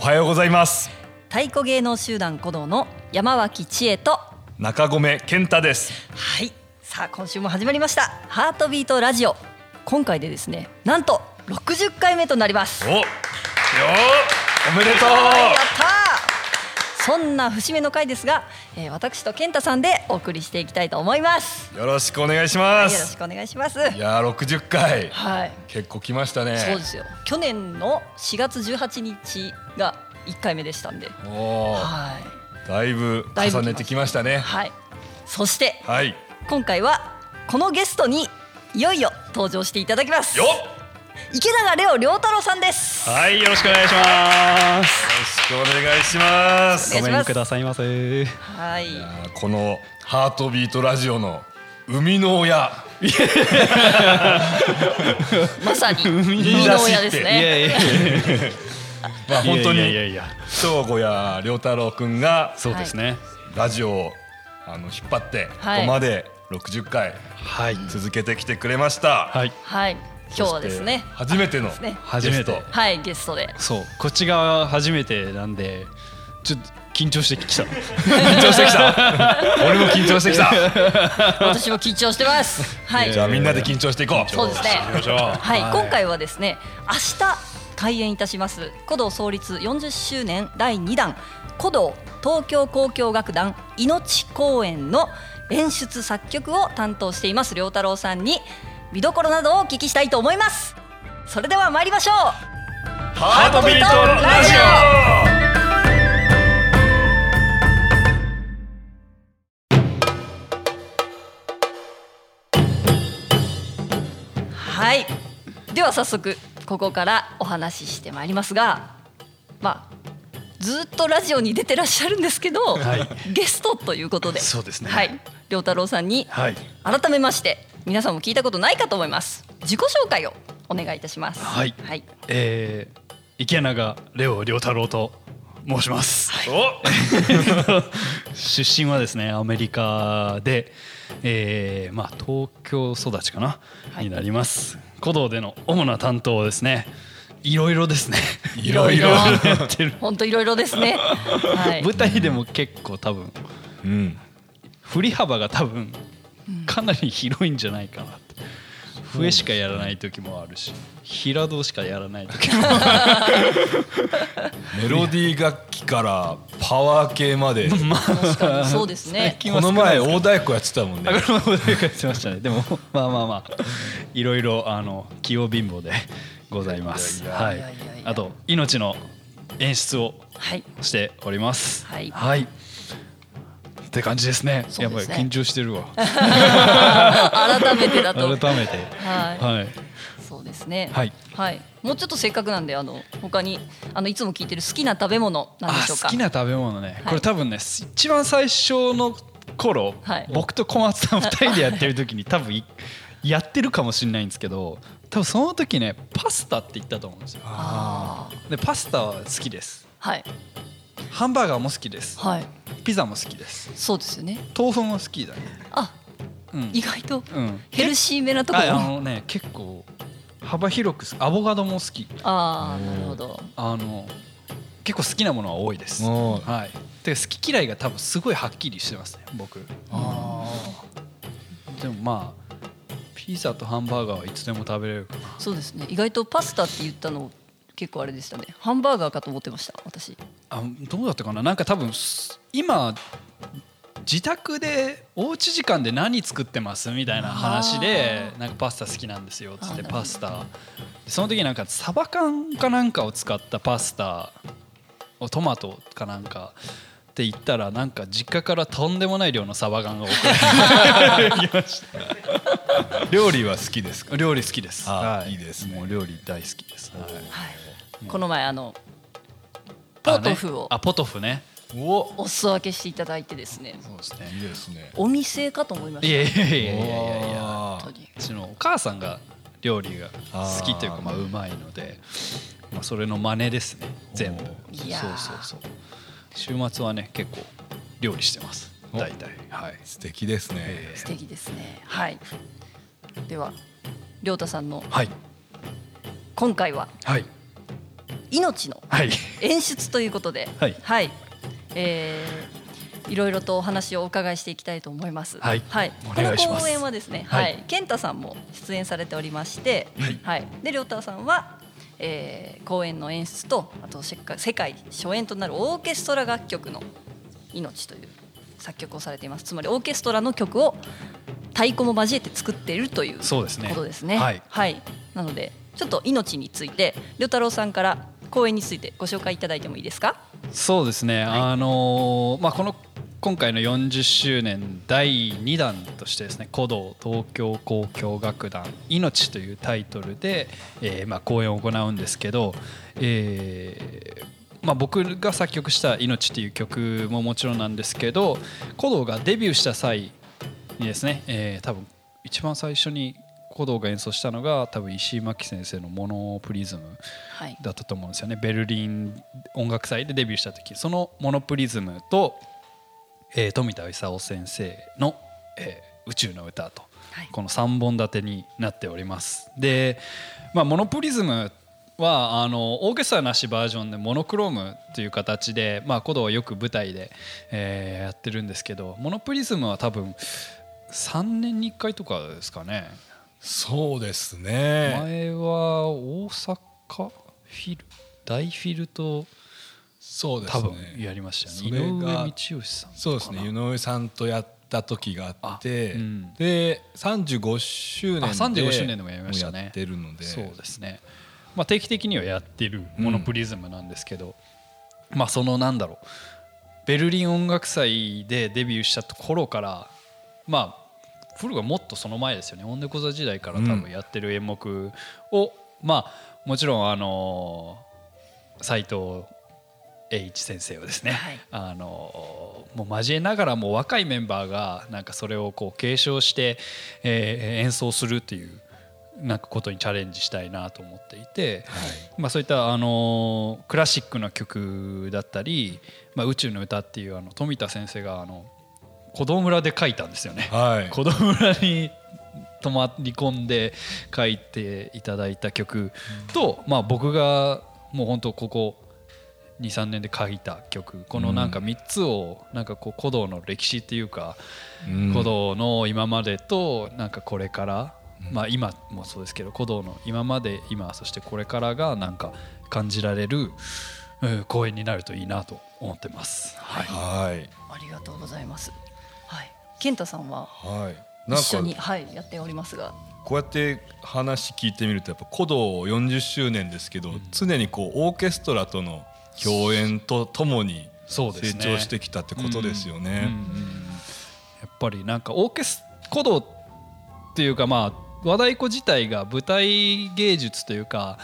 はようございます。 太鼓芸能集団鼓動の山脇千恵と中込健太です。 はい、さあ今週も始まりましたハートビートラジオ。今回でですね、なんと60回目となります。 おめでとう。 やったー。そんな節目の回ですが、私と健太さんでお送りしていきたいと思います。 よろしくお願いします。 よろしくお願いします。 いやー60回、 はい、 結構来ましたね。 そうですよ。去年の4月18日が1回目でしたんで、 はい、だいぶ重ねてきましたね。 はい、そして、 はい、 今回はこのゲストにいよいよ登場していただきます。 よっ、 池永レオ亮太郎さんです。 はい、よろしくお願いします。 よろしくお願いします。 ごめんくださいませ。 はい、 このハートビートラジオの生みの親まさに生みの親ですね。 まあ本当に翔吾や亮太郎くんがそうですね、 ラジオを引っ張ってここまで60回続けてきてくれました。 はい、 はい、今日はですね初めてのゲスト、 はい、ゲストで、 そう、こっち側初めてなんでちょっと緊張してきた。 緊張してきた。俺も緊張してきた。 私も緊張してます。はい、 じゃあみんなで緊張していこう。 そうですね。はい、今回はですね、明日開演いたします鼓動創立40周年第2弾鼓動東京交響楽団命公演の演出作曲を担当しています亮太郎さんに見どころなどをお聞きしたいと思います。それでは参りましょう。 ハートビートラジオ。はい、では早速ここからお話ししてまいりますが、まあずっとラジオに出てらっしゃるんですけど、はい、ゲストということで、 そうですね、 はい、亮太郎さんに改めまして皆さんも聞いたことないかと思います。自己紹介をお願いいたします。 はい、はい、池永レオ亮太郎と申します。はい、出身はですねアメリカで、まあ東京育ちかな、はい、になります。鼓動での主な担当ですね、いろいろですね。 いろいろ本当いろいろですね。はい、 舞台でも結構多分、うん、振り幅が多分かなり広いんじゃないかなって。笛しかやらない時もあるし、平戸しかやらない時もある。 メロディー楽器からパワー系まで。 確かにそうですね。 この前大太鼓やってたもんね。 大太鼓やってましたね。でもまあまあまあいろいろ器用貧乏でございます。はい。あと命の演出をしております。はい。はい。って感じですね。やっぱり緊張してるわ。 改めてだと。 改めて。 はい。そうですね。はい。はい。もうちょっとせっかくなんで他にいつも聞いてる好きな食べ物なんでしょうか。 好きな食べ物ね。これ多分ね一番最初の頃、僕と小松さん2人でやってる時に多分やってるかもしれないんですけど、多分その時ねパスタって言ったと思うんですよ。でパスタは好きです。はい。ハンバーガーも好きです。はい。ピザも好きです。 そうですよね。 豆腐も好きだね。 あ、意外とヘルシーめなところ。 ね結構幅広くアボカドも好き。 ああ、なるほど。 結構好きなものは多いです。はい。で好き嫌いが多分すごいはっきりしてますね僕。でもまあピザとハンバーガーはいつでも食べれるかな。 そうですね。意外とパスタって言ったの結構あれでしたね。ハンバーガーかと思ってました私。 どうだったかな。なんか多分今自宅でおうち時間で何作ってますみたいな話でなんかパスタ好きなんですよつってパスタ。その時なんかサバ缶かなんかを使ったパスタをトマトかなんかって言ったらなんか実家からとんでもない量のサバ缶が送られてきました。 料理は好きですか。 料理好きです。 いいですね。 もう料理大好きです。 この前ポトフをポトフねお裾分けしていただいてですね。 そうですね。 いいですね。 お店かと思いました。 いやうちのお母さんが料理が好きというかまあうまいので、まあそれの真似ですね全部。そう週末はね結構料理してます大体。はい。 素敵ですね。 素敵ですね。はい。では亮太さんのはい今回は命の演出ということで、 はいはい、いろいろとお話をお伺いしていきたいと思います。 はい、 はい、 お願いします。 この公演はですね、はい、健太さんも出演されておりまして、はい、で亮太さんは、公演の演出とあと世界初演となるオーケストラ楽曲の命という作曲をされています。つまりオーケストラの曲を太鼓も交えて作っているということですね。はい、はい、なのでちょっと命について亮太郎さんから公演についてご紹介いただいてもいいですか？ そうですね、はい、今回の40周年第2弾としてですね、鼓動東京交響楽団命というタイトルで、公演を行うんですけど、僕が作曲した命という曲ももちろんなんですけど、鼓動がデビューした際にですね、多分一番最初に鼓動が演奏したのが多分石井真紀先生のモノプリズムだったと思うんですよね。ベルリン音楽祭でデビューした時、そのモノプリズムと富田勲先生の、宇宙の歌と、この3本立てになっております。で、モノプリズムはオーケストラなしバージョンでモノクロームという形で、鼓動はよく舞台で、やってるんですけど、モノプリズムは多分3年に1回とかですかね。 そうですね。 前は大阪大フィルとそうですね、 多分やりましたね。井上道義さん。 そうですね、井上さんとやった時があって、で35周年でもやってるので、 そうですね、定期的にはやってるモノプリズムなんですけど、そのベルリン音楽祭でデビューした頃から、古くはもっとその前ですよね。オンデコザ時代から多分やってる演目を、もちろん斉藤栄一先生をですね、もう交えながらも若いメンバーがそれを継承して、演奏するっていうことにチャレンジしたいなと思っていて、そういったクラシックな曲だったり、宇宙の歌っていう富田先生が子供村で書いたんですよね。子供村に泊まり込んで書いていただいた曲と、僕がもう本当ここ 2,3 年で書いた曲、この3つを鼓動の歴史っていうか、鼓動の今までとこれから、今もそうですけど、鼓動の今まで今そしてこれからが感じられる公演になるといいなと思ってます。 ありがとうございます。健太さんは一緒に、やっておりますが、 こうやって話聞いてみると、やっぱ鼓動40周年ですけど、常にオーケストラとの共演とともに成長してきたってことですよね。 やっぱり鼓動っていうか、和太鼓自体が舞台芸術というか、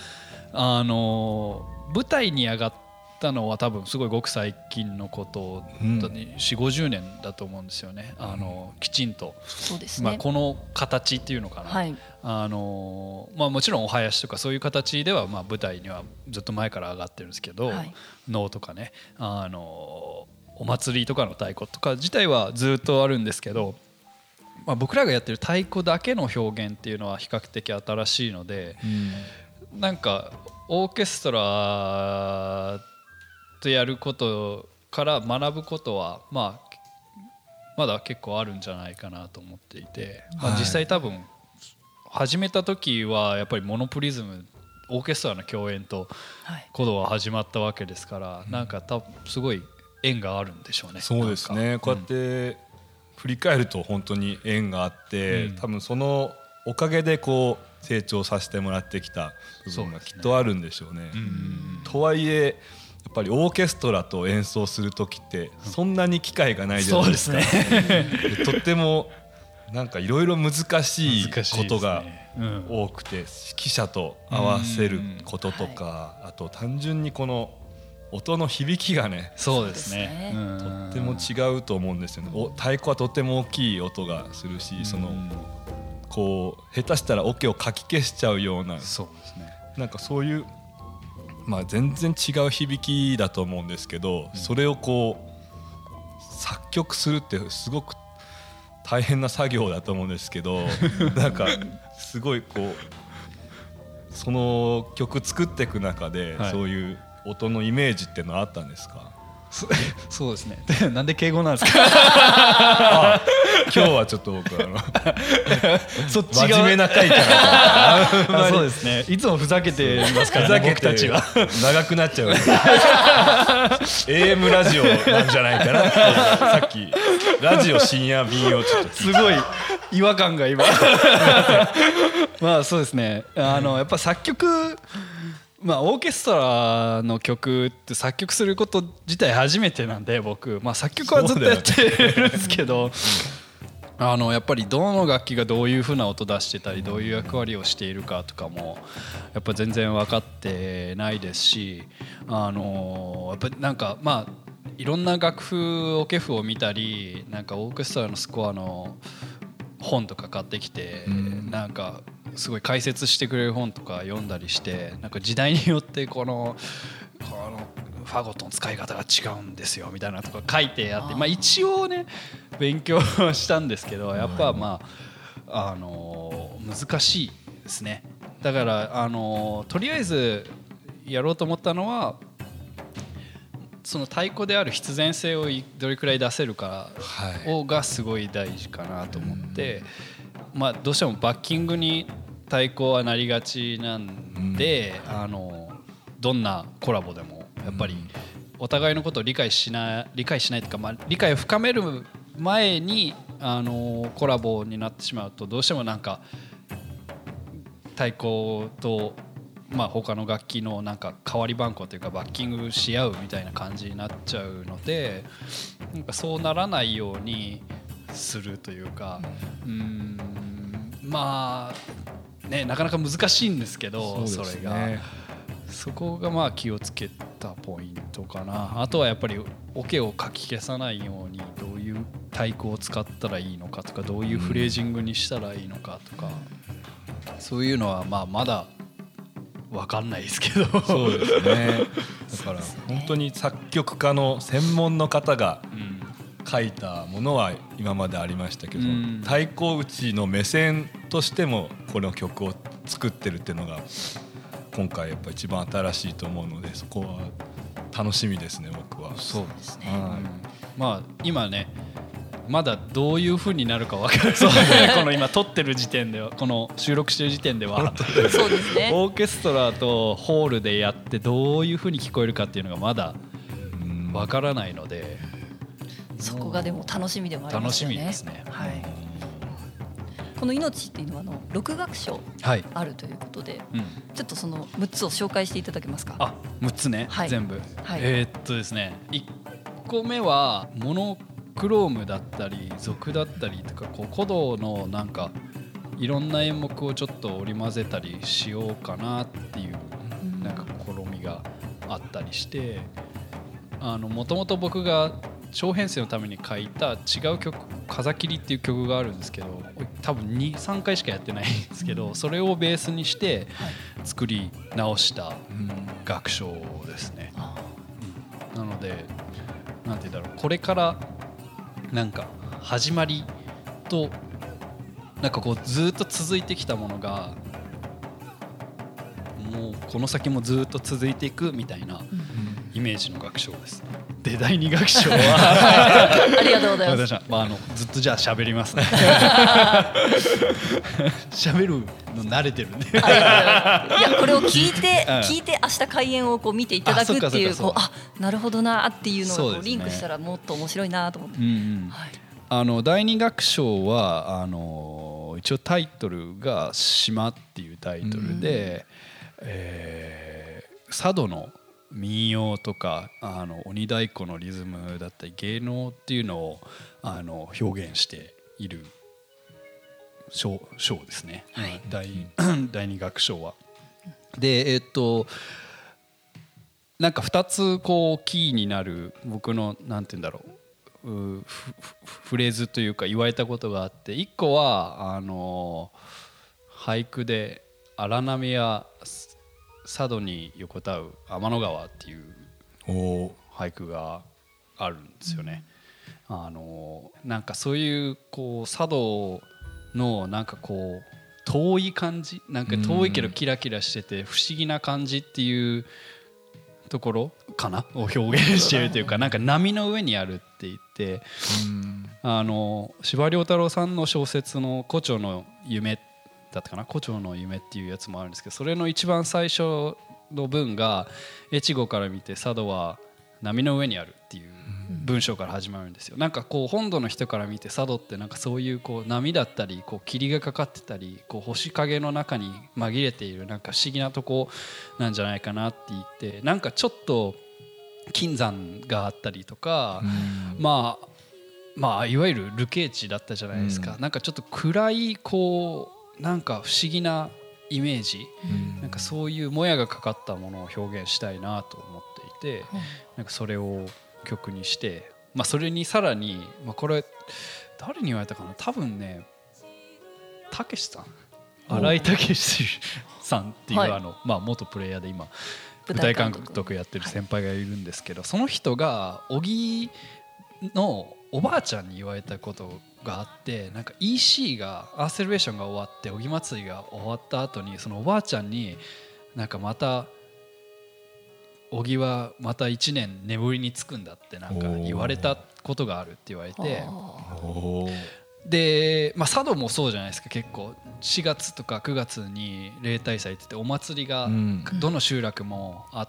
舞台に上がったのは多分すごいごく最近のことだね、4、50年だと思うんですよね。きちんと、 そうですね、 この形っていうのかな、もちろんお囃子とかそういう形では舞台にはずっと前から上がってるんですけど、能とかね、お祭りとかの太鼓とか自体はずっとあるんですけど、僕らがやってる太鼓だけの表現っていうのは比較的新しいので、オーケストラとやることから学ぶことはまだ結構あるんじゃないかなと思っていて、実際多分始めた時はやっぱりモノプリズムオーケストラの共演と鼓動は始まったわけですから、多分すごい縁があるんでしょうね。 そうですね、こうやって振り返ると本当に縁があって、多分そのおかげで成長させてもらってきた部分がきっとあるんでしょうね。とはいえやっぱりオーケストラと演奏する時ってそんなに機会がないじゃないですか。とってもいろいろ難しいことが多くて、指揮者と合わせることとか、あと単純にこの音の響きがね、 そうですね、 とっても違うと思うんですよね。太鼓はとっても大きい音がするし、下手したらオケをかき消しちゃうような、 そうですね、 そういう全然違う響きだと思うんですけど、それを作曲するってすごく大変な作業だと思うんですけどすごいその曲作っていく中で、 はい、 そういう音のイメージっていうのはあったんですか？ そうですね。なんで敬語なんですか？ 今日はちょっと僕そっち真面目な回からそうですね。いつもふざけてますからね、僕たちは。 長くなっちゃうAM ラジオなんじゃないかなってさっきラジオ深夜便をちょっとすごい違和感が今まあそうですね。やっぱ作曲、まあ、オーケストラの曲って作曲すること自体初めてなんで僕、まあ、作曲はずっとやってるんですけど、やっぱりどの楽器がどういう風な音出してたりどういう役割をしているかとかもやっぱ全然分かってないですし、やっぱりなんかまあいろんな楽譜オケ譜を見たりなんかオーケストラのスコアの本とか買ってきて、なんかすごい解説してくれる本とか読んだりしてなんか時代によってこのファゴットの使い方が違うんですよみたいなとか書いてあって、まあ、一応ね勉強したんですけどやっぱまあ難しいですね。だからとりあえずやろうと思ったのはその太鼓である必然性をどれくらい出せるかがすごい大事かなと思って、まあどうしてもバッキングに太鼓はなりがちなんで、どんなコラボでもやっぱりお互いのことを理解しないというか、まあ理解を深める前にコラボになってしまうとどうしてもなんか太鼓とまあ他の楽器のなんか代わり番号というかバッキングし合うみたいな感じになっちゃうのでなんかそうならないようにするというかまあねなかなか難しいんですけどそれがそこがまあ気をつけたポイントかな。あとはやっぱりオケをかき消さないようにどういう太鼓を使ったらいいのかとかどういうフレージングにしたらいいのかとかそういうのはまあまだ分かんないですけどそうですね。だから本当に作曲家の専門の方が書いたものは今までありましたけど、太鼓打ちの目線としてもこの曲を作ってるっていうのが今回やっぱ一番新しいと思うのでそこは楽しみですね僕は。 そうですね、まあ今ねまだどういう風になるか分からないこの今撮ってる時点ではこの収録してる時点ではそうですねオーケストラとホールでやってどういう風に聞こえるかっていうのがまだ分からないのでそこがでも楽しみでもありますよね。 楽しみですね、 はい、この命っていうのは6楽章あるということで、ちょっとその6つを紹介していただけますか。 あ、6つね、はい、全部、はい、ですね1個目はモノクロームだったり族だったりとかこう鼓動のなんかいろんな演目をちょっと織り交ぜたりしようかなっていうなんか試みがあったりしてもともと僕が小編成のために書いた違う曲風切りっていう曲があるんですけど多分 2,3 回しかやってないんですけどそれをベースにして作り直した楽章ですね。なのでなんて言うんだろうこれからなんか始まりとなんかこうずっと続いてきたものがもうこの先もずっと続いていくみたいなイメージの楽章です。で第2楽章はありがとうございます。 ずっとじゃあ喋りますね喋るの慣れてるんでいやこれを聞いて明日開演をこう見ていただくっていうなるほどなっていうのがリンクしたらもっと面白いなと思って、 第2楽章は一応タイトルが「島」っていうタイトルで、佐渡の民謡とか鬼太鼓のリズムだったり芸能っていうのを表現している章ですね、はい、第2楽章は。でなんか2つこうキーになる僕のなんて言うんだろうフレーズというか言われたことがあって1個は俳句で荒波や佐渡に横たう天の川っていう俳句があるんですよね。なんかそういうこう佐渡のなんかこう遠い感じ、なんか遠いけどキラキラしてて不思議な感じっていうところかなを表現しているというか、なんか波の上にあるって言って、司馬遼太郎さんの小説の胡蝶の夢だったかな、胡蝶の夢っていうやつもあるんですけど、それの一番最初の文が越後から見て佐渡は波の上にあるっていう文章から始まるんですよ。なんかこう本土の人から見て佐渡ってなんかそういうこう波だったりこう霧がかかってたりこう星影の中に紛れているなんか不思議なとこなんじゃないかなって言って、なんかちょっと金山があったりとか、まあいわゆる流刑地だったじゃないですか。なんかちょっと暗いこうなんか不思議なイメージ、なんかそういうもやがかかったものを表現したいなと思っていて、なんかそれを曲にして、それにさらに、これ誰に言われたかな、多分ねたけしさん、新井たけしさんっていう元プレイヤーで今舞台監督やってる先輩がいるんですけど、その人が小木のおばあちゃんに言われたことがあって、なんか EC がアーセレベーションが終わって小木祭りが終わった後にそのおばあちゃんになんかまた小木はまた1年眠りにつくんだってなんか言われたことがあるって言われて、で、佐渡もそうじゃないですか。結構4月とか9月に例大祭って言ってお祭りがどの集落もあって、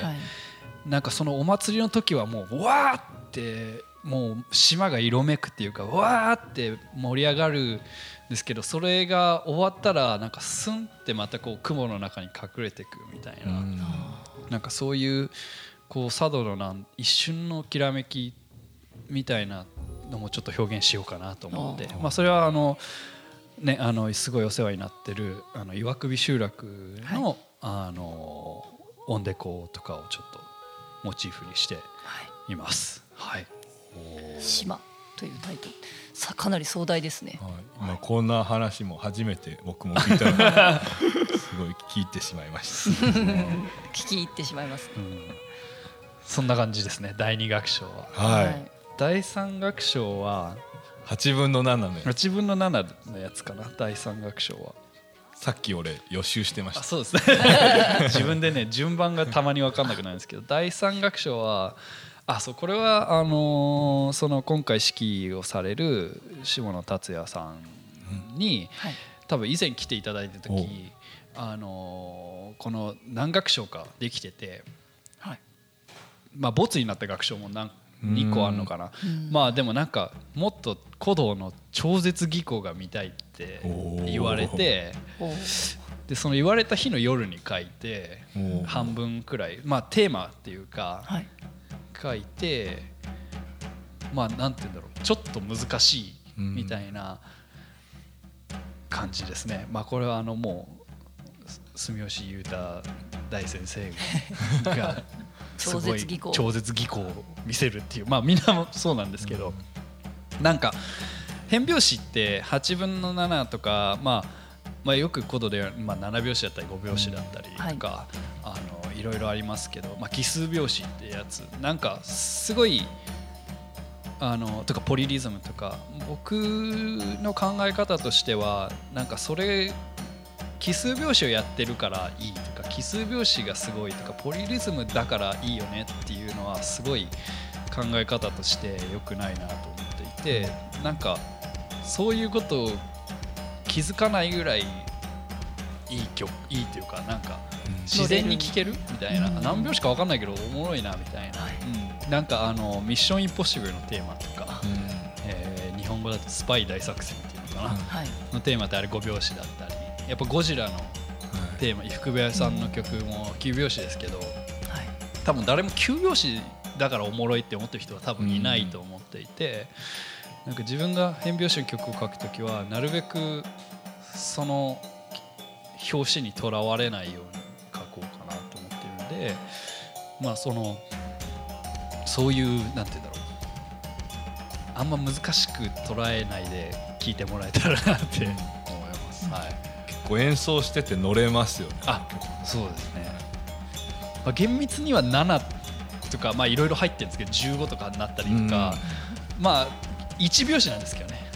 なんかそのお祭りの時はもうわーってもう島が色めくっていうかわーって盛り上がるんですけど、それが終わったらなんかスンってまたこう雲の中に隠れていくみたいな、なんかそういうこう佐渡の一瞬のきらめきみたいなのもちょっと表現しようかなと思って、それはすごいお世話になってる岩首集落の、音デコとかをちょっとモチーフにしています。 島というタイトル、かなり壮大ですね。 今こんな話も初めて僕も聞いたのですごい聞き入ってしまいました聞き入ってしまいます、 そんな感じですね。第2楽章は、第3楽章は 8分の7の 8分の7のやつかな。第3楽章はさっき俺予習してました。 そうですね自分でね順番がたまに分かんなくなるんですけど、第3楽章はこれはその今回指揮をされる下野達也さんに、多分以前来ていただいた時この何楽章かできてて、ボツになった楽章も2個あるのかな。でもなんかもっと古道の超絶技巧が見たいって言われて、でその言われた日の夜に書いて半分くらいテーマっていうか書いて、なんて言うんだろう、ちょっと難しいみたいな感じですね。これはもう住吉裕太大先生がすごい超絶技巧を見せるっていう、みんなもそうなんですけど、なんか変拍子って8分の7とか、よく古道では7拍子だったり5拍子だったりとか、いろいろありますけど、奇数拍子ってやつなんかすごいとかポリリズムとか、僕の考え方としてはなんかそれ奇数拍子をやってるからいいとか、奇数拍子がすごいとか、ポリリズムだからいいよねっていうのはすごい考え方として良くないなと思っていて、なんかそういうことを気づかないぐらいいいというか、なんか自然に聴けるみたいな、何拍子か分かんないけどおもろいなみたいな、なんかミッションインポッシブルのテーマとか、日本語だとスパイ大作戦っていうのかな、のテーマってあれ5拍子だったり、やっぱゴジラのテーマ、伊福部屋さんの曲も9拍子ですけど、多分誰も9拍子だからおもろいって思ってる人は多分いないと思っていて、なんか自分が変拍子の曲を書くときはなるべくその表紙にとらわれないように書こうかなと思っているので、そういうなんていうんだろう、あんま難しく捉えないで聴いてもらえたらなって思います。 結構演奏してて乗れますよね。 そうですね。厳密には7とかいろいろ入ってるんですけど、15とかになったりとか、1拍子なんですけどね、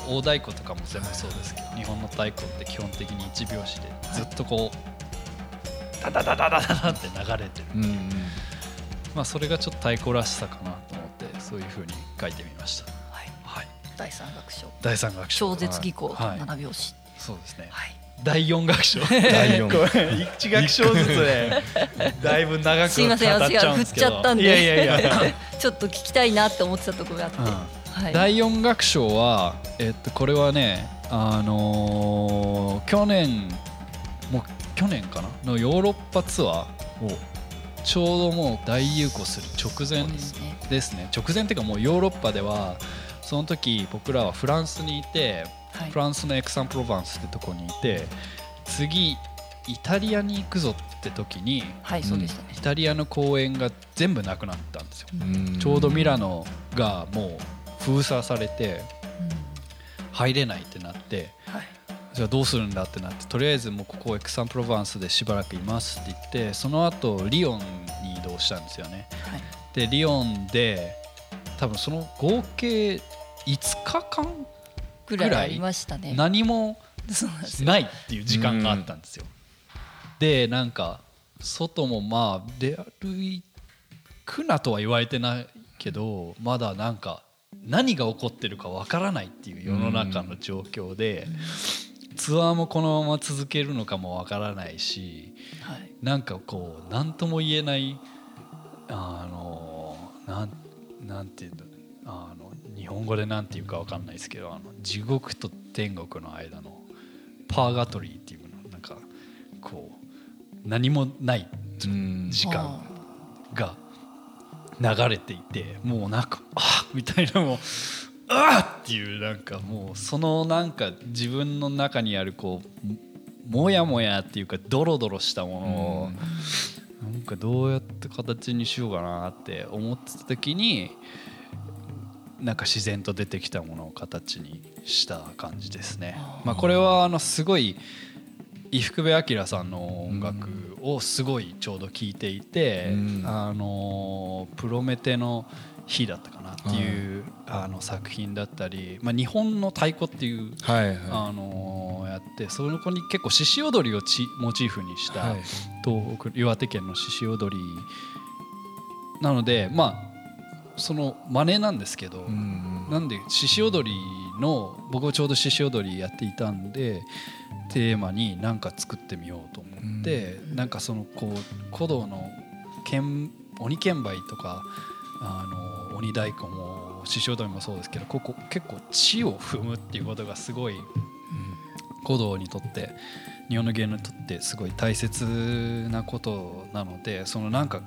大太鼓とかも全部そうですけど、日本の太鼓って基本的に1拍子でずっとこうダダダダダダダって流れてる、まあそれがちょっと太鼓らしさかなと思ってそういう風に書いてみました。 はい、 はい、 第三楽章、 第三楽章、 超絶技巧はい 7拍子、 そうですね、 はい、 第4楽章第四これ1楽章ずつでだいぶ長くすいません、 語っち私が振っゃうんですけど、 ちゃったんで、 いやいやいやちょっと聞きたいなって思ってたところがあって、はい、 第4楽章は、これはね、去年かなのヨーロッパツアーをちょうどもう大流行する直前ですね。直前っていうかもうヨーロッパではその時僕らはフランスにいて、 はい、 フランスのエクサンプロバンスってとこにいて、次イタリアに行くぞって時に、 はい、そうでしたね、 イタリアの公演が全部なくなったんですよ。ちょうどミラノがもう封鎖されて入れないってなって、 はい、 じゃあどうするんだってなって、とりあえずもうここエクサンプロバンスでしばらくいますって言って、その後リヨンに移動したんですよね、 はい、 でリヨンで多分その合計5日間ぐぐらいあらいりましたね。 何もそうなんですよ、 ないっていう時間があったんですよ。でなんか外もまあ出歩くなとは言われてないけど、まだなんか何が起こってるかわからないっていう世の中の状況で、ツアーもこのまま続けるのかもわからないし、 はい、 なんかこう何とも言えないなんていうの、日本語でなんていうかわかんないですけど、地獄と天国の間のパーガトリーっていうの、なんかこう何もない時間が流れていて、もうなんかみたいな、もうっていう、なんかもうそのなんか自分の中にあるこうもやもやっていうかドロドロしたものをなんかどうやって形にしようかなって思ってた時に、なんか自然と出てきたものを形にした感じですね。まあこれはすごい伊福部昭さんの音楽をすごいちょうど聴いていて、プロメテの日だったかなっていう作品だったり、まあ日本の太鼓っていうやって、その子に結構獅子踊りをモチーフにした東北岩手県の獅子踊りなので、まあその真似なんですけど、なんで獅子踊りの、僕はちょうど獅子踊りやっていたんでテーマに何か作ってみようと思って、なんかそのこう鼓動の鬼剣舞とか鬼太鼓も獅子踊りもそうですけど、ここ結構地を踏むっていうことがすごい鼓動にとって、日本の芸能にとってすごい大切なことなので、そのなんか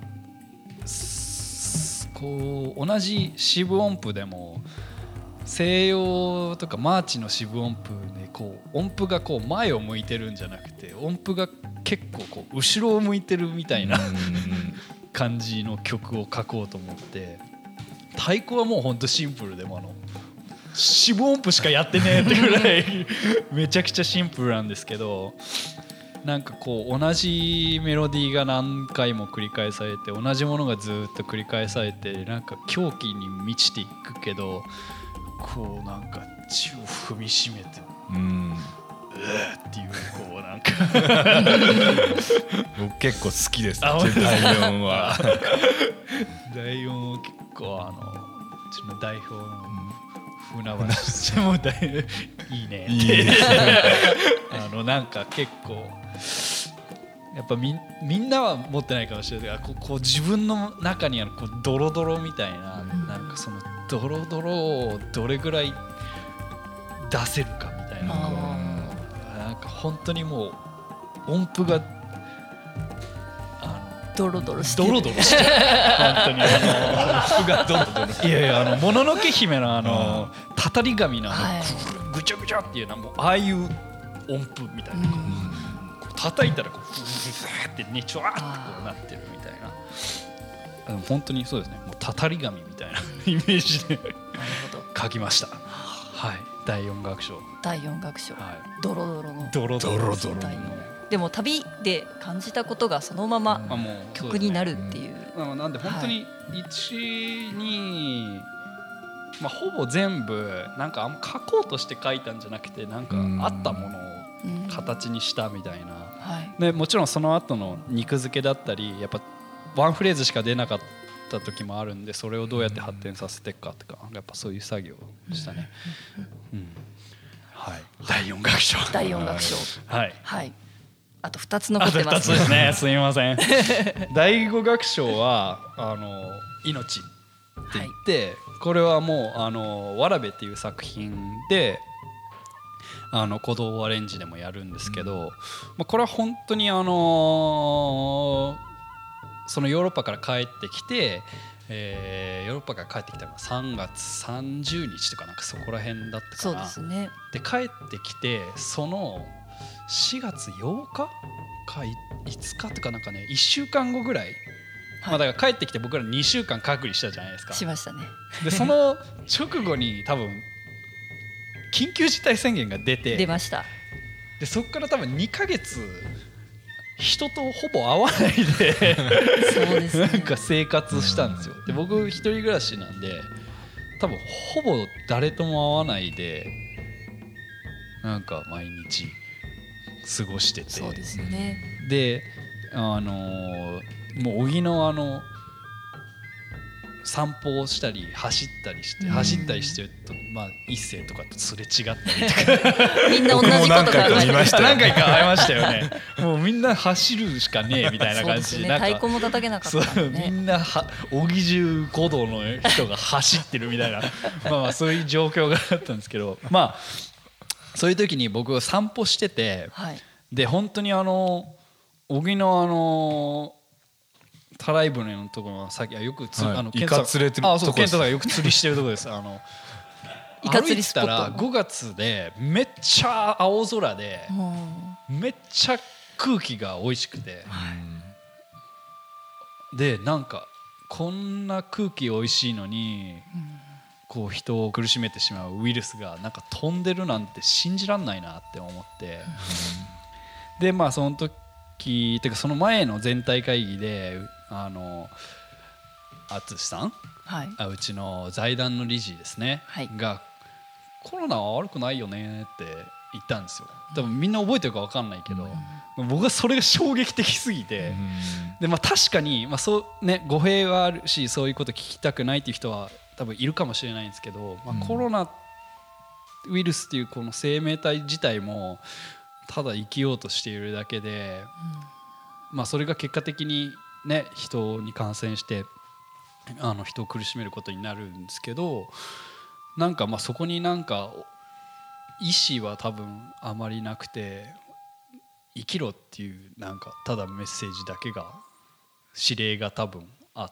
こう同じ四分音符でも西洋とかマーチの四分音符でこう音符がこう前を向いてるんじゃなくて、音符が結構こう後ろを向いてるみたいな感じの曲を書こうと思って、太鼓はもうほんとシンプルでも四分音符しかやってねえってぐらいめちゃくちゃシンプルなんですけど、なんかこう同じメロディーが何回も繰り返されて、同じものがずっと繰り返されて、なんか狂気に満ちていくけど、こうなんか血を踏みしめてっていうこうなんか僕結構好きです、 第 4は第4は結構うちの代表の船橋してもいいねってなんか結構やっぱみんなは持ってないかもしれないけど、こう自分の中にあるこうドロドロみたいな、なんかそのドロドロをどれぐらい出せるかみたいな、なんか本当にもう音符がドロドロしてる、 ドロドロしてる本当に音符がドロドロいやいやもののけ姫のたたり神のぐちゃぐちゃっていうのはもうああいう音符みたいな、叩いたらこうフーってねちょわってこうなってるみたいな、本当にそうですね、もうたたり神みたいなイメージで書きました。はい、第4楽章。 第4楽章、はい、ドロドロのドロドロのでも旅で感じたことがそのまま曲になるっていう、 なんで本当に1、2 まあ、ほぼ全部なんかあんま書こうとして書いたんじゃなくてなんかあったものを形にしたみたいな、でもちろんその後の肉付けだったりやっぱワンフレーズしか出なかった時もあるんでそれをどうやって発展させていくかとかやっぱそういう作業でしたね、はい、第4楽章第4楽章はい、 はい、あと2つ残ってます。 あと2つですねすみません第5楽章は命って言って、これはもうわらべっていう作品で鼓動アレンジでもやるんですけど、これは本当にそのヨーロッパから帰ってきて、ヨーロッパから帰ってきたのが3月30日とかなんかそこら辺だったかな。 そうですね。 で帰ってきてその4月8日か5日とかなんかね1週間後ぐらい、だから帰ってきて僕ら2週間隔離したじゃないですか。 しましたね。 でその直後に多分緊急事態宣言が出て出ました。 でそこから多分2ヶ月人とほぼ会わないでそうですね、 なんか生活したんですよ。で僕一人暮らしなんで多分ほぼ誰とも会わないでなんか毎日過ごしてて、 そうですね。 でもう小木の散歩をしたり走ったりしてると、一斉とかとすれ違ったりとかみんな同じこと考えてました。 何回か会いましたよねもうみんな走るしかねえみたいな感じで、 太鼓も叩けなかったんでね、 みんな小木中古道の人が走ってるみたいなそういう状況があったんですけど、そういう時に僕は散歩してて、で本当に小木のたらい船のところの先はよくイカ釣れてるとこです。 ケントがよく釣りしてるところです。 イカ釣りスポット。 歩いたら5月でめっちゃ青空でめっちゃ空気が美味しくて、でなんかこんな空気美味しいのにこう人を苦しめてしまうウイルスがなんか飛んでるなんて信じらんないなって思って、でその時てかその前の全体会議で淳さん、うちの財団の理事ですね、がコロナは悪くないよねって言ったんですよ。多分みんな覚えてるか分かんないけど、僕はそれが衝撃的すぎて、で確かにそうね語弊はあるしそういうこと聞きたくないっていう人は多分いるかもしれないんですけど、コロナウイルスっていうこの生命体自体もただ生きようとしているだけで、それが結果的にね人に感染して人を苦しめることになるんですけど、なんかそこになんか意思は多分あまりなくて、生きろっていうなんかただメッセージだけが指令が多分あって、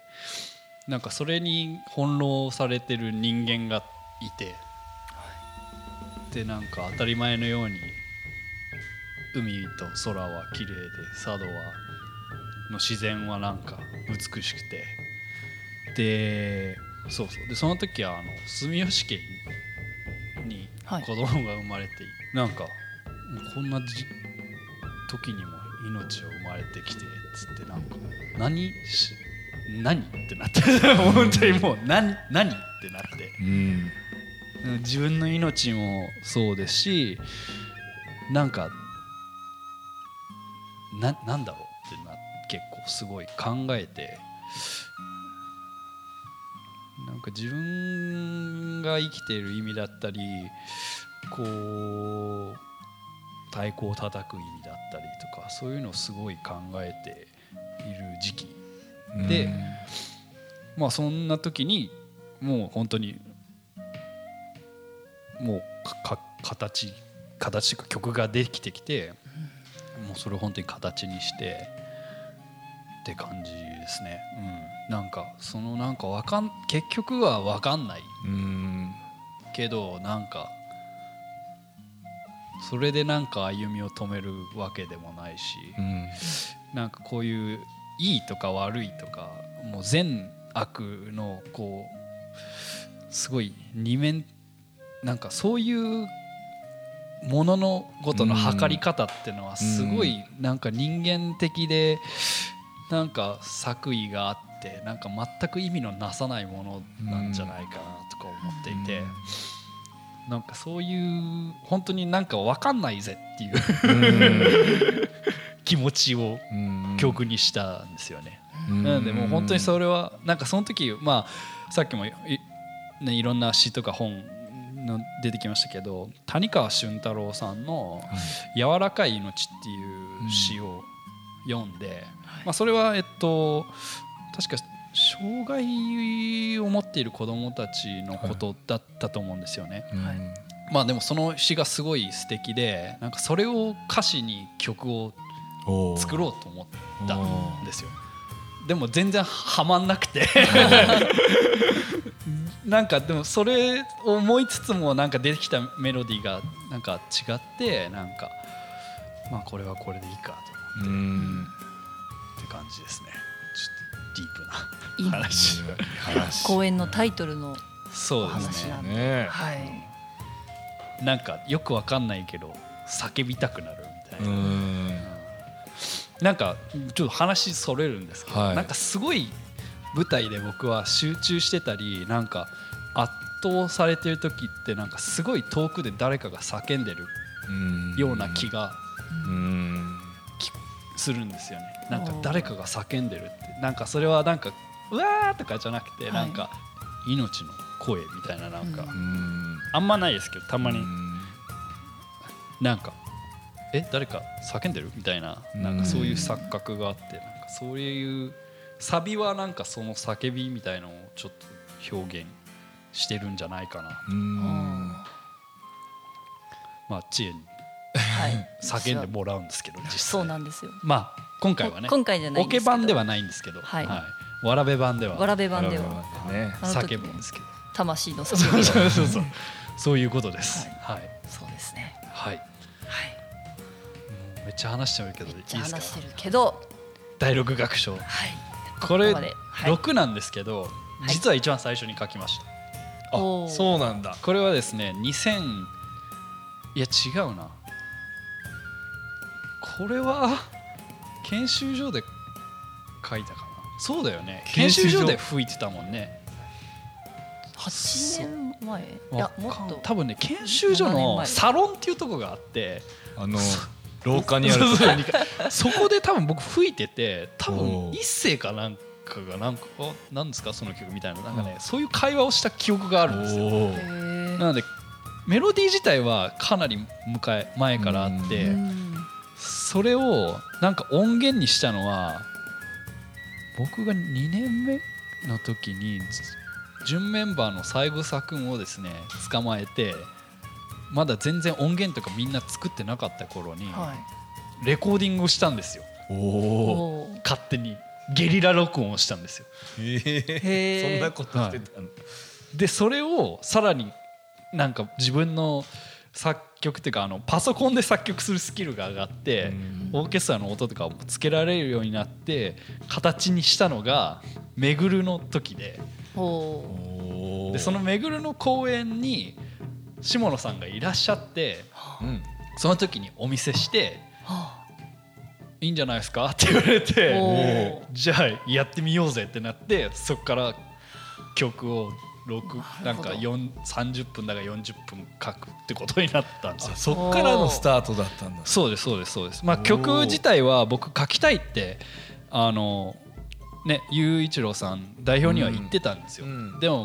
なんかそれに翻弄されてる人間がいて、でなんか当たり前のように海と空は綺麗で佐渡の自然はなんか美しくて、ででその時は住吉家に子供が生まれて、なんかこんな時にも命を生まれてきてつってなんか何ってなって本当にもう何ってなって、自分の命もそうですし、なんかなんだろうって結構すごい考えて、なんか自分が生きている意味だったり、こう太鼓を叩く意味だったりとか、そういうのをすごい考えている時期で、そんな時にもう本当にもう形というか曲ができてきて、もうそれを本当に形にしてって感じですね。なんかそのなんか結局は分かんないけど、なんかそれでなんか歩みを止めるわけでもないし、なんかこういういいとか悪いとかもう善悪のこうすごい二面、なんかそういう物の事の測り方っていうのはすごいなんか人間的でなんか作為があっってなんか全く意味のなさないものなんじゃないかなとか思っていて、なんかそういう本当になんか分かんないぜっていう気持ちを曲にしたんですよね。なのでもう本当にそれはなんかその時まあさっきもいろんな詩とか本の出てきましたけど、谷川俊太郎さんの「柔らかい命」っていう詩を読んで、まあそれは確か障害を持っている子どもたちのことだったと思うんですよね。まあでもその詩がすごい素敵で、なんかそれを歌詞に曲を作ろうと思ったんですよ。でも全然はまんなくてなんかでもそれを思いつつもなんか出てきたメロディーがなんか違って、なんかまあこれはこれでいいかと思ってって感じですね。ちょっとディープな話公演のタイトルのそうですね。 はい、 なんかよくわかんないけど叫びたくなるみたいな。なんかちょっと話それるんですけど、なんかすごい舞台で僕は集中してたりなんか圧倒されてる時ってなんかすごい遠くで誰かが叫んでるような気がするんですよね。なんか誰かが叫んでるってなんかそれはなんかうわーとかじゃなくてなんか命の声みたいな、なんかあんまないですけどたまになんか誰か叫んでるみたいな、なんかそういう錯覚があって、なんかそういうサビはなんかその叫びみたいのをちょっと表現してるんじゃないかな。まあ知恵に叫んでもらうんですけど実際そうなんですよ。 まあ今回はね今回じゃないんですけどオケ版ではないんですけど、わらべ版では叫ぶんですけど、 魂の叫びそういうことです。 そうですね。 めっちゃ話してるけどいいですか。 話してるけど第6楽章、これ6なんですけど、実は一番最初に書きました。 そうなんだ。 これはですねいや違うな、これは研修所で書いたかな。そうだよね、研修所で吹いてたもんね。 8年前、いやもっと多分ね、研修所のサロンっていうとこがあって、 廊下にあるそこで多分僕吹いてて、多分一世かなんかがなんか何ですかその曲みたいな、なんかね、そういう会話をした記憶があるんですよ。なのでメロディー自体はかなり前からあって、それをなんか音源にしたのは僕が2年目の時に準メンバーの三枝君をですね捕まえて、まだ全然音源とかみんな作ってなかった頃にレコーディングをしたんですよ。勝手にゲリラ録音をしたんですよ。 そんなことしてたの。 でそれをさらになんか自分の作曲っていうかパソコンで作曲するスキルが上がって、オーケストラの音とかをつけられるようになって形にしたのがめぐるの時で、でそのめぐるの公演に下野さんがいらっしゃって、その時にお見せしていいんじゃないですかって言われて、じゃあやってみようぜってなって、そこから曲をなんか30分だか40分書くってことになったんですよ。 そっからのスタートだったんだ。 そうですそうですそうです。まあ曲自体は僕書きたいって雄一郎さん代表には言ってたんですよ。でも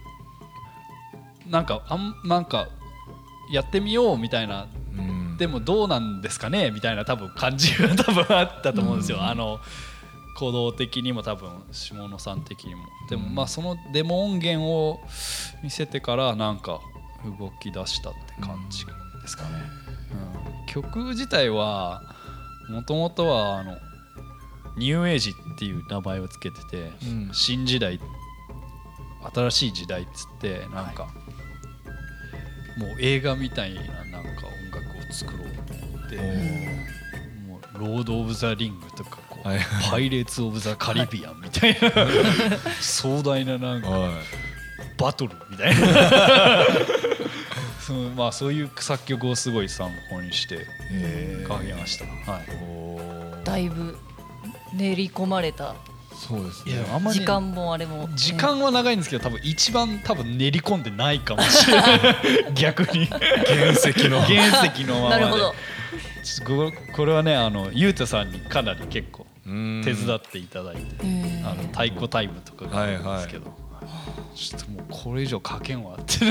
なんかやってみようみたいな、でもどうなんですかねみたいな多分感じが多分あったと思うんですよ。行動的にも多分下野さん的にも。でもまあそのデモ音源を見せてからなんか動き出したって感じですかね。曲自体はもともとはニューエイジっていう名前をつけてて、新時代新しい時代っつってなんかもう映画みたいななんか音楽を作ろうと思って、もうロード・オブ・ザ・リングとかパイレーツ・オブ・ザ・カリビアンみたいな壮大ななんかバトルみたいなまあそういう作曲をすごい参考にして書きました。 だいぶ練り込まれたそうですね。 いやあんまり時間もあれも、 時間は長いんですけど、多分一番練り込んでないかもしれない逆に原石のままで。 なるほど。 これはねゆうたさんにかなり結構手手伝っていただいて、太鼓タイムとかがあるんですけど、ちょっともうこれ以上書けんわって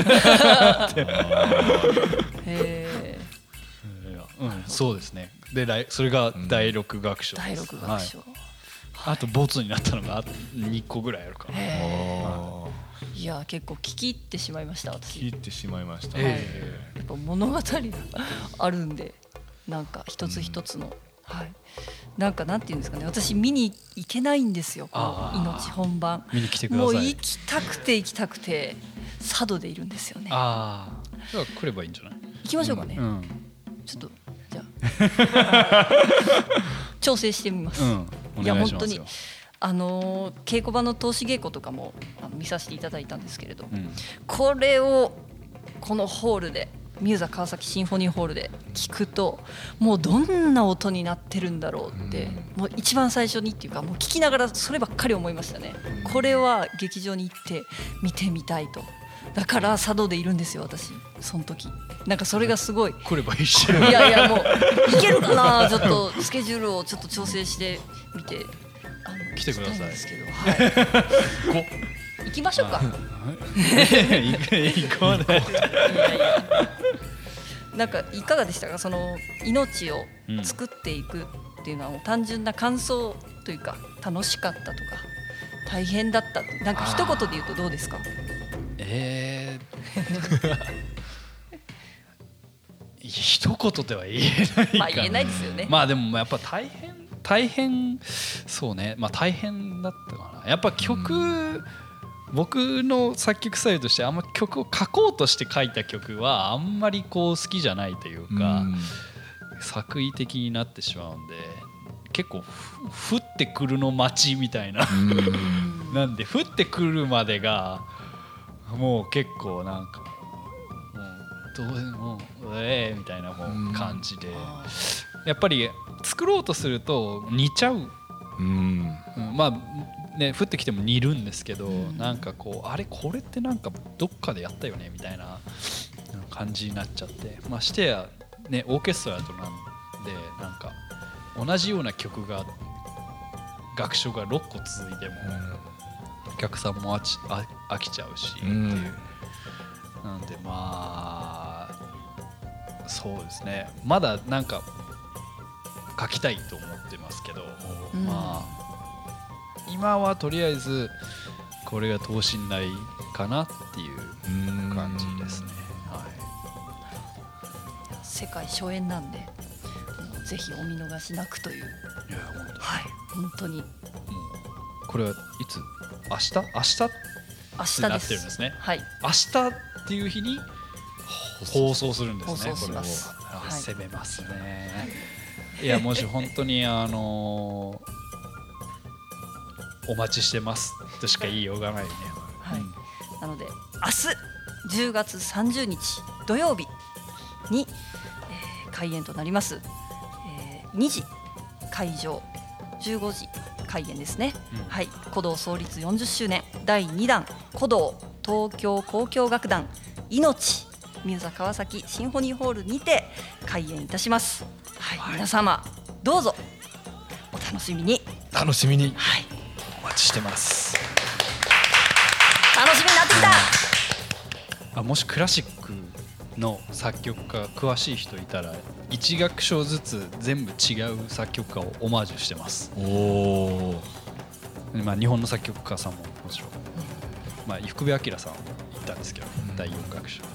そうですね。でそれが第6楽章です。 第6楽章、 あとボツになったのが2個ぐらいあるから。 いや結構聞き入ってしまいました私。 聞いてしまいました。 やっぱ物語があるんで、なんか一つ一つの、なんかなんていうんですかね、私見に行けないんですよ。命本番見に来てください。 もう行きたくて佐渡でいるんですよね。 じゃあ来ればいいんじゃない？ 行きましょうかね。ちょっとじゃあ調整してみます。いや本当に稽古場の通し稽古とかも見させていただいたんですけれど、これをこのホールでミューザ川崎シンフォニーホールで聞くと、もうどんな音になってるんだろうって、もう一番最初にっていうか、もう聞きながらそればっかり思いましたね。これは劇場に行って見てみたいと。だから佐渡でいるんですよ私その時。なんかそれがすごい来ればいいし、 いやもう行けるかな、ちょっとスケジュールをちょっと調整してみて来てください。 行きましょうか。 行こうね。 なんかいかがでしたか、その命を作っていくっていうのは単純な感想というか、楽しかったとか大変だったって、なんか一言で言うとどうですか？ 一言では言えないかな。 言えないですよね。 でもやっぱ大変そうね。大変だったかな。やっぱ曲、僕の作曲スタイルとしてあんま曲を書こうとして書いた曲はあんまり好きじゃないというか、作為的になってしまうんで、結構降ってくるの待ちみたいななんで降ってくるまでがもう結構なんかどうでもみたいなもう感じで、やっぱり作ろうとすると似ちゃう。降ってきても似るんですけど、なんかあれこれってなんかどっかでやったよねみたいな感じになっちゃって、してやねオーケストラとなんで、なんか同じような曲が楽章が6個続いてもお客さんも飽きちゃうしっていう、なんでそうですね、まだなんか書きたいと思ってますけど、今はとりあえずこれが等身大かなっていう感じですね。 世界初演なんでぜひお見逃しなくという。本当にこれはいつ明日ってなってるんですね。明日っていう日に放送するんですね。 放送します。 攻めますね。いやもし本当にお待ちしてますとしか言いようがないね。 なので明日10月30日土曜日に、開演となります。2時会場、15時開演ですね。鼓動創立40周年第2弾鼓動東京交響楽団命ミューザ川崎シンフォニーホールにて開演いたします。皆様どうぞお楽しみに。 お待ちしてます。 楽しみになってきた。 もしクラシックの作曲家詳しい人いたら1楽章ずつ全部違う作曲家をオマージュしてます。日本の作曲家さんももちろん、福部明さんいたんですけど、第4楽章で、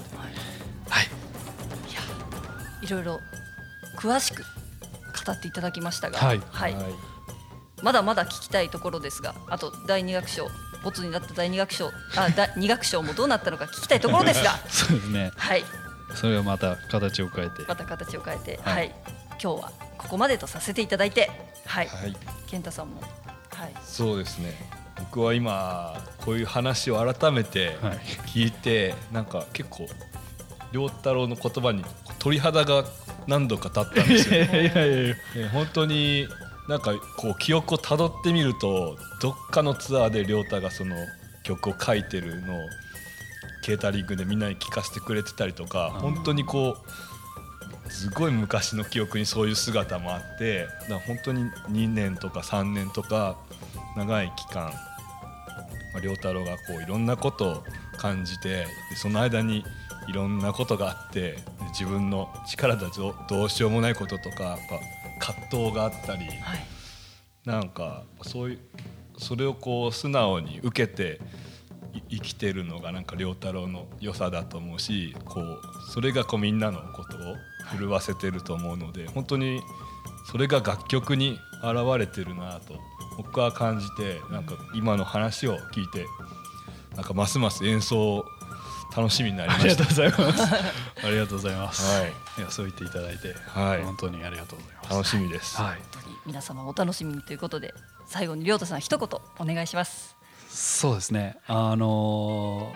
いろいろ詳しく語っていただきましたが、まだまだ聞きたいところですが、あと第2楽章ボツになった第2楽章2楽章もどうなったのか聞きたいところですがそうですね、それはまた形を変えて今日はここまでとさせていただいて、健太さんも、 そうですね、僕は今こういう話を改めて聞いて、なんか結構良太郎の言葉に鳥肌が何度か立ったんですよ。本当になんかこう記憶をたどってみるとどっかのツアーで亮太がその曲を書いてるのをケータリングでみんなに聴かせてくれてたりとか、本当にこうすごい昔の記憶にそういう姿もあって、だから本当に2年とか3年とか長い期間亮太郎がこういろんなことを感じて、その間にいろんなことがあって、自分の力だとどうしようもないこととかやっぱ葛藤があったり、なんかそれをこう素直に受けて生きてるのがなんか亮太郎の良さだと思うし、こうそれがこうみんなのことを震わせてると思うので、本当にそれが楽曲に現れてるなと僕は感じて、なんか今の話を聞いてなんかますます演奏楽しみになりました。 ありがとうございますありがとうございます、 はい、 いやそう言っていただいて、 はい、 本当にありがとうございます。 楽しみです、 はい、 本当に皆様お楽しみにということで、最後に亮太さん一言お願いします。 そうですね、も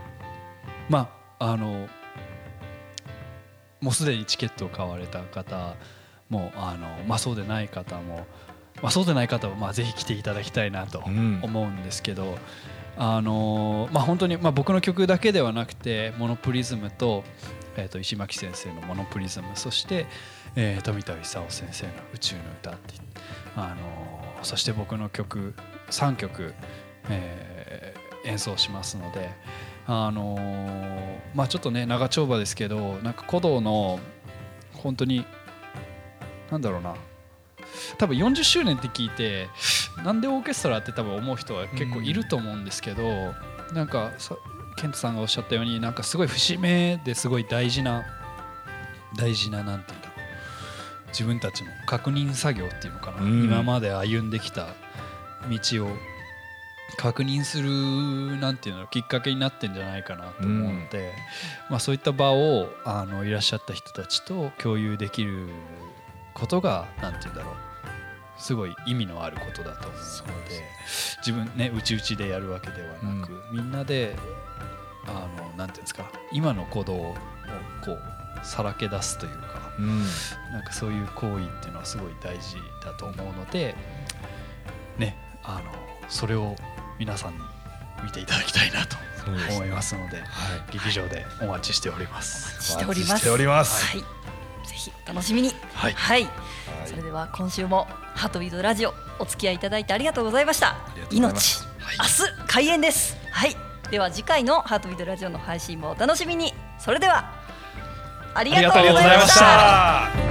うすでにチケットを買われた方もそうでない方も、そうでない方はぜひ来ていただきたいなと思うんですけど、本当に僕の曲だけではなくてモノプリズムと、石巻先生のモノプリズム、そして、富田勲先生の宇宙の歌って、そして僕の曲3曲、演奏しますので、ちょっとね長丁場ですけど、なんか鼓動の本当になんだろうな、多分40周年って聞いてなんでオーケストラって多分思う人は結構いると思うんですけど、なんかケントさんがおっしゃったように、なんかすごい節目ですごい大事ななんていうんだろう、自分たちの確認作業っていうのかな、今まで歩んできた道を確認するなんていうのきっかけになってんじゃないかなと思うので、そういった場をいらっしゃった人たちと共有できることがなんていうんだろう、すごい意味のあることだと思うので、自分ねうちうちでやるわけではなく、みんなでなんていうんですか、今の鼓動をこうさらけ出すというか、なんかそういう行為っていうのはすごい大事だと思うのでね、それを皆さんに見ていただきたいなと思いますので、劇場でお待ちしております。 お待ちしております。はい、ぜひお楽しみに。 はい、 それでは今週もハートビートラジオお付き合いいただいてありがとうございました。命、明日開演です。はい、では次回のハートビートラジオの配信もお楽しみに。それではありがとうございました。